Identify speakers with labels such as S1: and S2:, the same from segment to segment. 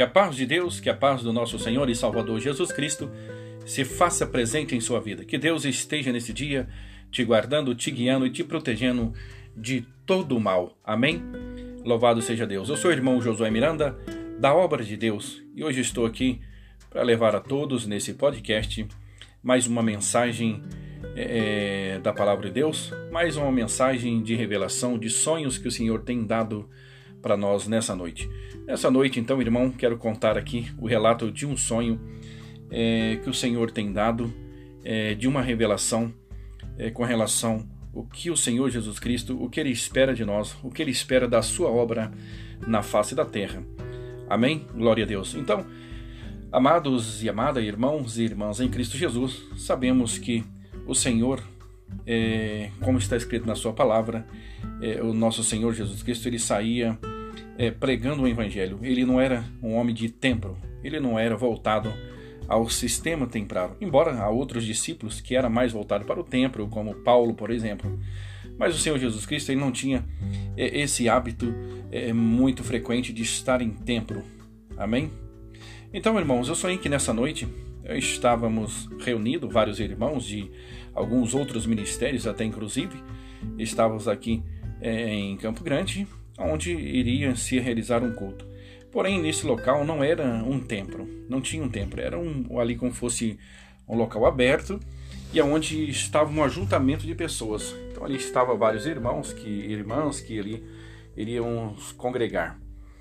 S1: Que a paz de Deus, que a paz do nosso Senhor e Salvador Jesus Cristo se faça presente em sua vida. Que Deus esteja nesse dia te guardando, te guiando e te protegendo de todo o mal. Amém? Louvado seja Deus. Eu sou o irmão Josué Miranda, da Obra de Deus, e hoje estou aqui para levar a todos nesse podcast mais uma mensagem da Palavra de Deus, mais uma mensagem de revelação, de sonhos que o Senhor tem dado para nós nessa noite. Nessa noite, então, irmão, quero contar aqui o relato de um sonho que o Senhor tem dado, de uma revelação com relação ao que o Senhor Jesus Cristo, o que Ele espera de nós, o que Ele espera da sua obra na face da terra. Amém? Glória a Deus. Então, amados e amadas, irmãos e irmãs em Cristo Jesus, sabemos que o Senhor, como está escrito na sua palavra, o nosso Senhor Jesus Cristo, Ele saía pregando o Evangelho. Ele não era um homem de templo, ele não era voltado ao sistema templário, embora há outros discípulos que eram mais voltados para o templo, como Paulo, por exemplo. Mas o Senhor Jesus Cristo, ele não tinha esse hábito muito frequente de estar em templo. Amém? Então, irmãos, eu sonhei que nessa noite estávamos reunidos, vários irmãos de alguns outros ministérios, até inclusive, estávamos aqui em Campo Grande, onde iria se realizar um culto. Porém, nesse local não era um templo, não tinha um templo, era ali como fosse um local aberto, e onde estava um ajuntamento de pessoas. Então ali estavam vários irmãos e irmãs que ali iriam congregar.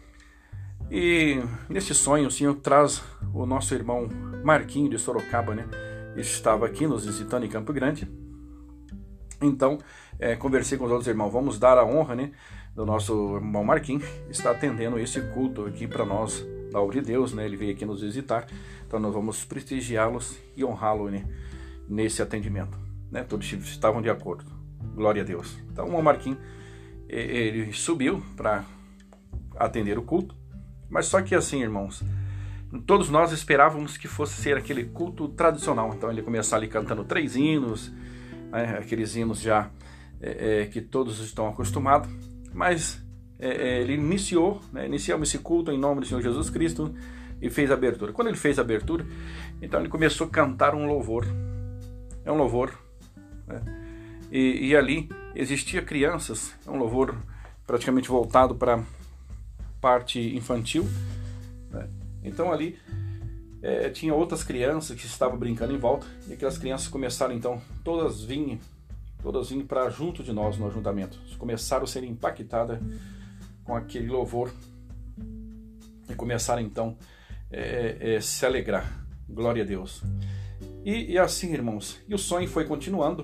S1: E nesse sonho o Senhor traz o nosso irmão Marquinho de Sorocaba, né? Ele estava aqui nos visitando em Campo Grande. Então, conversei com os outros irmãos, vamos dar a honra, né, do nosso irmão Marquinhos, está atendendo esse culto aqui para nós, da Obra de Deus, né? Ele veio aqui nos visitar, então nós vamos prestigiá-los e honrá-lo, né, nesse atendimento, né? Todos estavam de acordo, glória a Deus. Então o irmão Marquinhos, ele subiu para atender o culto, mas só que assim, irmãos, todos nós esperávamos que fosse ser aquele culto tradicional. Então ele começou ali cantando 3 hinos, aqueles hinos já que todos estão acostumados, mas ele iniciamos esse culto em nome do Senhor Jesus Cristo e fez a abertura. Quando ele fez a abertura, então ele começou a cantar um louvor. É um louvor, né? E ali existia crianças, é um louvor praticamente voltado para parte infantil, né? Então ali tinha outras crianças que estavam brincando em volta, e aquelas crianças começaram então, todas vinham para junto de nós no ajuntamento, começaram a ser impactadas com aquele louvor e começaram então se alegrar, glória a Deus. E assim, irmãos, e o sonho foi continuando,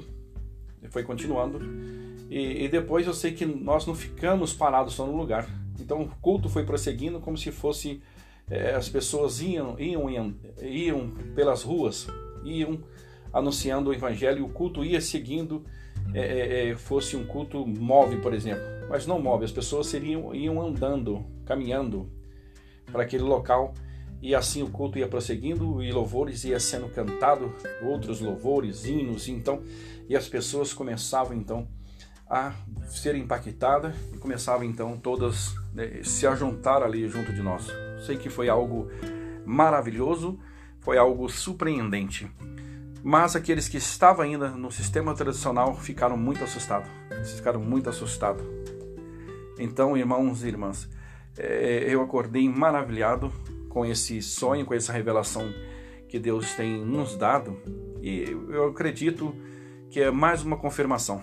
S1: e depois eu sei que nós não ficamos parados só no lugar. Então o culto foi prosseguindo como se fosse, as pessoas iam pelas ruas, iam anunciando o Evangelho, e o culto ia seguindo, fosse um culto móvel, por exemplo, mas não móvel, as pessoas iam andando, caminhando para aquele local, e assim o culto ia prosseguindo, e louvores ia sendo cantado, outros louvores, hinos, então, e as pessoas começavam então a ser impactadas, e começavam então todas se ajuntar ali junto de nós. Sei que foi algo maravilhoso, foi algo surpreendente, mas aqueles que estavam ainda no sistema tradicional ficaram muito assustados, Então, irmãos e irmãs, eu acordei maravilhado com esse sonho, com essa revelação que Deus tem nos dado, e eu acredito que é mais uma confirmação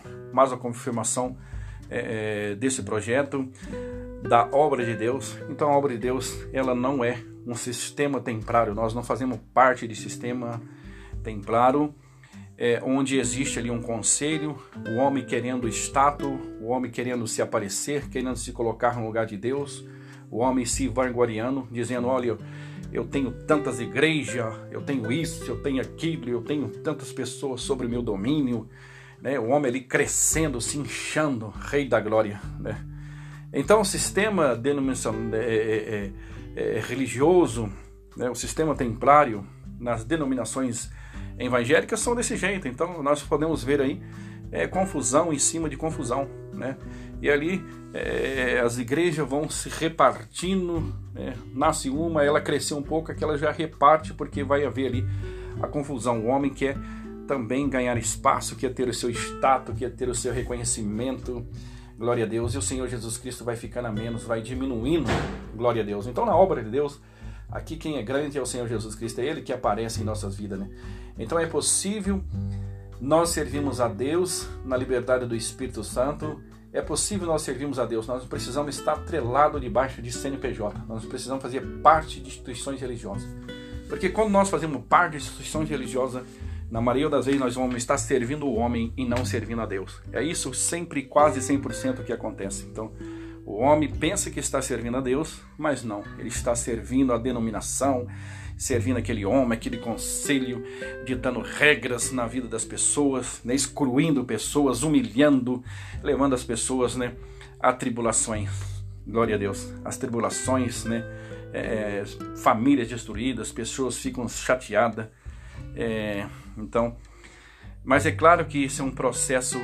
S1: desse projeto, da obra de Deus. Então a obra de Deus, ela não é um sistema templário, nós não fazemos parte de sistema templário, onde existe ali um conselho, o homem querendo status, o homem querendo se aparecer, querendo se colocar no lugar de Deus, o homem se vangloriando, dizendo, olha, eu tenho tantas igrejas, eu tenho isso, eu tenho aquilo, eu tenho tantas pessoas sobre o meu domínio, né? O homem ali crescendo, se inchando, Rei da Glória, né? Então o sistema religioso, né? O sistema templário nas denominações evangélicas são desse jeito. Então nós podemos ver aí confusão em cima de confusão, né? E ali as igrejas vão se repartindo, né? Nasce uma, ela cresceu um pouco, aquela já reparte, porque vai haver ali a confusão. O homem quer também ganhar espaço, quer ter o seu status, quer ter o seu reconhecimento, glória a Deus, e o Senhor Jesus Cristo vai ficando a menos, vai diminuindo, glória a Deus. Então, na obra de Deus, aqui quem é grande é o Senhor Jesus Cristo, é Ele que aparece em nossas vidas, né? Então é possível nós servirmos a Deus na liberdade do Espírito Santo, é possível nós servirmos a Deus, nós não precisamos estar atrelados debaixo de CNPJ, nós precisamos fazer parte de instituições religiosas, porque quando nós fazemos parte de instituições religiosas, na maioria das vezes nós vamos estar servindo o homem e não servindo a Deus. É isso sempre, quase 100% que acontece. Então, o homem pensa que está servindo a Deus, mas não. Ele está servindo a denominação, servindo aquele homem, aquele conselho, ditando regras na vida das pessoas, né, excluindo pessoas, humilhando, levando as pessoas, né, a tribulações. Glória a Deus. As tribulações, né, famílias destruídas, pessoas ficam chateadas. Então, mas é claro que isso é um processo,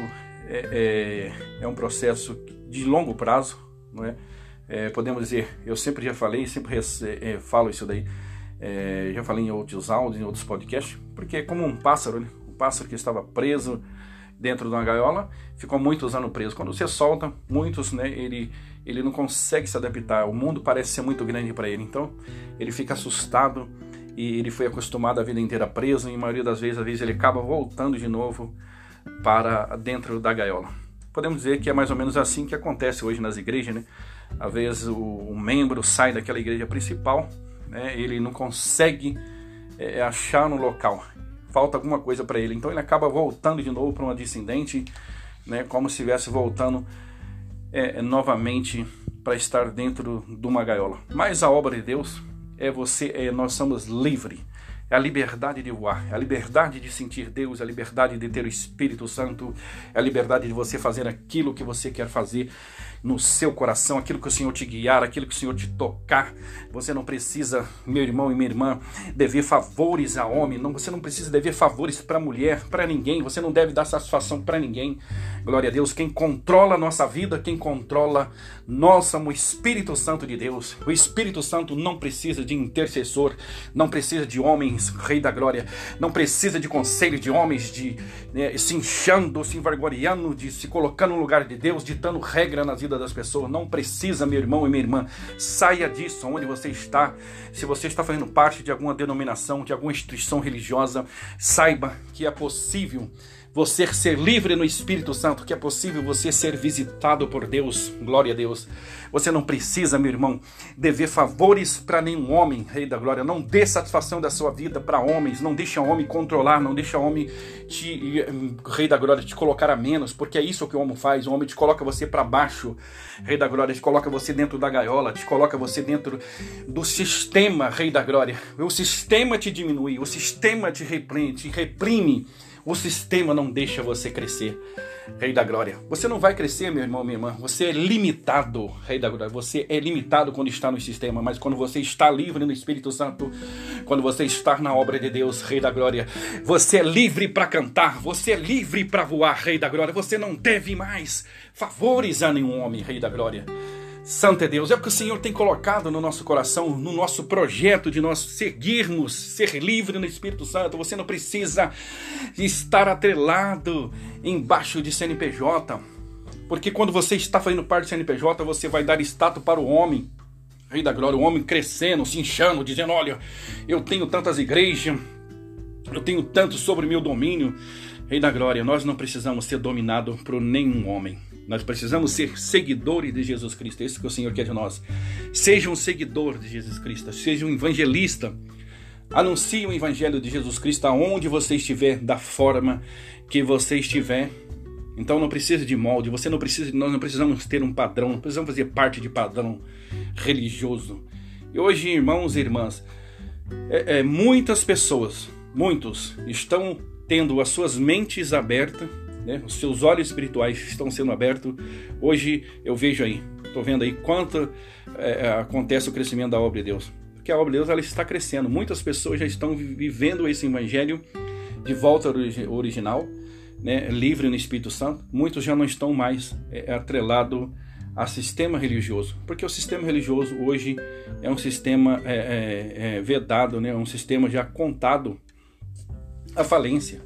S1: é um processo de longo prazo, não é? Podemos dizer, eu sempre já falei, sempre falo isso daí, já falei em outros áudios, em outros podcasts, porque é como um pássaro, né? Um pássaro que estava preso dentro de uma gaiola, ficou muitos anos preso. Quando você solta, muitos, né, ele não consegue se adaptar, o mundo parece ser muito grande para ele, então ele fica assustado. E ele foi acostumado a vida inteira preso, e a maioria das vezes ele acaba voltando de novo para dentro da gaiola. Podemos dizer que é mais ou menos assim que acontece hoje nas igrejas, né? Às vezes o membro sai daquela igreja principal, né? Ele não consegue achar no local, falta alguma coisa para ele, então ele acaba voltando de novo para uma descendente, né? Como se estivesse voltando novamente para estar dentro de uma gaiola. Mas a obra de Deus nós somos livres, é a liberdade de voar, é a liberdade de sentir Deus, é a liberdade de ter o Espírito Santo, é a liberdade de você fazer aquilo que você quer fazer no seu coração, aquilo que o Senhor te guiar, aquilo que o Senhor te tocar. Você não precisa, meu irmão e minha irmã, dever favores a homem, você não precisa dever favores para mulher, para ninguém, você não deve dar satisfação para ninguém. Glória a Deus, quem controla a nossa vida, quem controla nós somos o Espírito Santo de Deus. O Espírito Santo não precisa de intercessor, não precisa de homens, Rei da Glória, não precisa de conselho de homens, se inchando, se envergonhando, de se colocando no lugar de Deus, ditando regra nas vidas das pessoas. Não precisa, meu irmão e minha irmã. Saia disso onde você está. Se você está fazendo parte de alguma denominação, de alguma instituição religiosa, saiba que é possível você ser livre no Espírito Santo, que é possível você ser visitado por Deus. Glória a Deus. Você não precisa, meu irmão, dever favores para nenhum homem, Rei da Glória. Não dê satisfação da sua vida para homens, não deixa o homem controlar, não deixa o homem, Rei da Glória, te colocar a menos, porque é isso que o homem faz. O homem te coloca você para baixo, Rei da Glória, te coloca você dentro da gaiola, te coloca você dentro do sistema, Rei da Glória. O sistema te diminui, o sistema te reprime. O sistema não deixa você crescer, Rei da Glória. Você não vai crescer, meu irmão, minha irmã. Você é limitado, Rei da Glória. Você é limitado quando está no sistema, mas quando você está livre no Espírito Santo, quando você está na obra de Deus, Rei da Glória, você é livre para cantar, você é livre para voar, Rei da Glória. Você não deve mais favores a nenhum homem, Rei da Glória. Santo é Deus, é o que o Senhor tem colocado no nosso coração, no nosso projeto de nós seguirmos, ser livre no Espírito Santo. Você não precisa estar atrelado embaixo de CNPJ, porque quando você está fazendo parte do CNPJ, você vai dar status para o homem, Rei da Glória, o homem crescendo, se inchando, dizendo, olha, eu tenho tantas igrejas, eu tenho tanto sobre meu domínio. Rei da Glória, nós não precisamos ser dominados por nenhum homem. Nós precisamos ser seguidores de Jesus Cristo. É isso que o Senhor quer de nós. Seja um seguidor de Jesus Cristo. Seja um evangelista. Anuncie o evangelho de Jesus Cristo aonde você estiver, da forma que você estiver. Então não precisa de molde. Nós não precisamos ter um padrão. Não precisamos fazer parte de padrão religioso. E hoje, irmãos e irmãs, muitas pessoas, muitos, estão tendo as suas mentes abertas, né? Os seus olhos espirituais estão sendo abertos. Hoje eu vejo aí, estou vendo aí quanto acontece o crescimento da obra de Deus. Porque a obra de Deus ela está crescendo. Muitas pessoas já estão vivendo esse evangelho de volta ao original, né, livre no Espírito Santo, muitos já não estão mais atrelados a sistema religioso, porque o sistema religioso hoje é um sistema vedado, né, um sistema já contado à falência.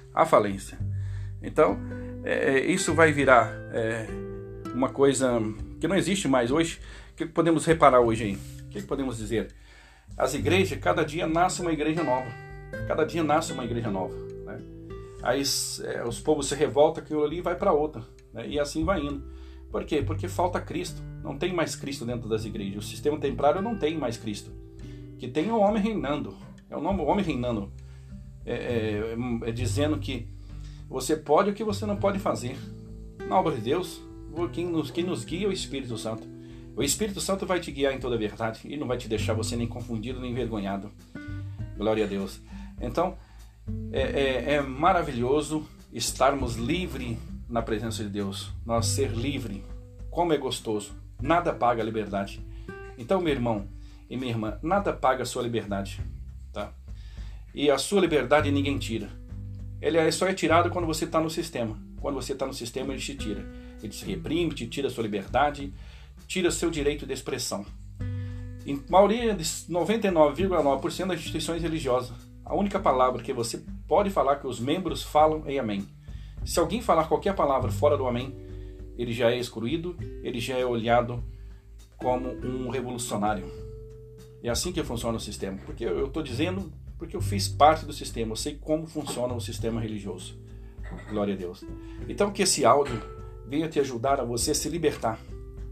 S1: Então, isso vai virar uma coisa que não existe mais hoje. O que podemos reparar hoje aí? O que podemos dizer? As igrejas, cada dia nasce uma igreja nova. Cada dia nasce uma igreja nova, né? Aí os povos se revoltam, aquilo ali vai para outra, né? E assim vai indo. Por quê? Porque falta Cristo. Não tem mais Cristo dentro das igrejas. O sistema templário não tem mais Cristo. Que tem o homem reinando. É o nome, o homem reinando. Dizendo que você pode o que você não pode fazer. Na obra de Deus, quem nos guia é o Espírito Santo. O Espírito Santo vai te guiar em toda a verdade e não vai te deixar você nem confundido, nem envergonhado. Glória a Deus. Então, é maravilhoso estarmos livres na presença de Deus. Nós ser livre, como é gostoso. Nada paga a liberdade. Então, meu irmão e minha irmã, nada paga a sua liberdade, tá? E a sua liberdade ninguém tira. Ele só é tirado quando você está no sistema. Quando você está no sistema, ele te tira. Ele te reprime, te tira a sua liberdade, tira seu direito de expressão. Em maioria, 99,9% das instituições religiosas, a única palavra que você pode falar que os membros falam é amém. Se alguém falar qualquer palavra fora do amém, ele já é excluído, ele já é olhado como um revolucionário. É assim que funciona o sistema. Porque eu estou dizendo, porque eu fiz parte do sistema, eu sei como funciona o sistema religioso. Glória a Deus. Então que esse áudio venha te ajudar a você se libertar,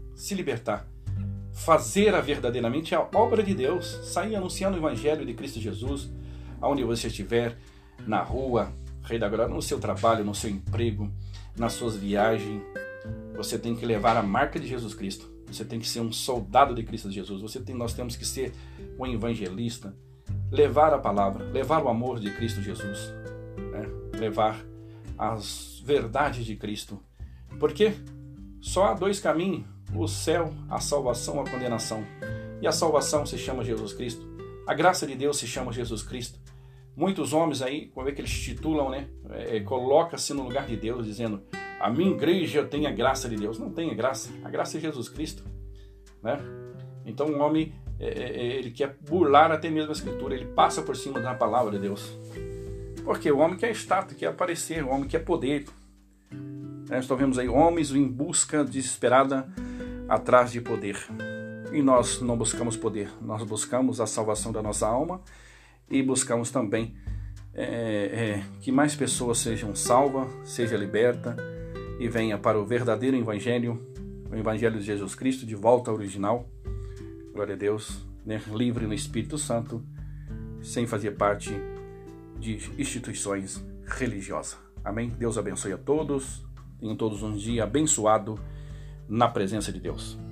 S1: fazer verdadeiramente a obra de Deus, sair anunciando o Evangelho de Cristo Jesus, aonde você estiver, na rua, Rei da Glória, no seu trabalho, no seu emprego, nas suas viagens. Você tem que levar a marca de Jesus Cristo. Você tem que ser um soldado de Cristo Jesus. Nós temos que ser um evangelista, levar a palavra, levar o amor de Cristo Jesus, né? Levar as verdades de Cristo. Porque só há dois caminhos: o céu, a salvação, a condenação. E a salvação se chama Jesus Cristo. A graça de Deus se chama Jesus Cristo. Muitos homens aí, como é que eles titulam, né? Coloca-se no lugar de Deus, dizendo: a minha igreja tem a graça de Deus. Não tem a graça é Jesus Cristo, né? Então o homem, ele quer burlar até mesmo a Escritura, ele passa por cima da palavra de Deus. Porque o homem quer status, quer aparecer, o homem quer poder. Nós vemos aí homens em busca desesperada atrás de poder. E nós não buscamos poder, nós buscamos a salvação da nossa alma e buscamos também que mais pessoas sejam salvas, sejam libertas e venha para o verdadeiro Evangelho, o Evangelho de Jesus Cristo, de volta ao original. Glória a Deus, né? Livre no Espírito Santo, sem fazer parte de instituições religiosas. Amém? Deus abençoe a todos. Tenham todos um dia abençoado na presença de Deus.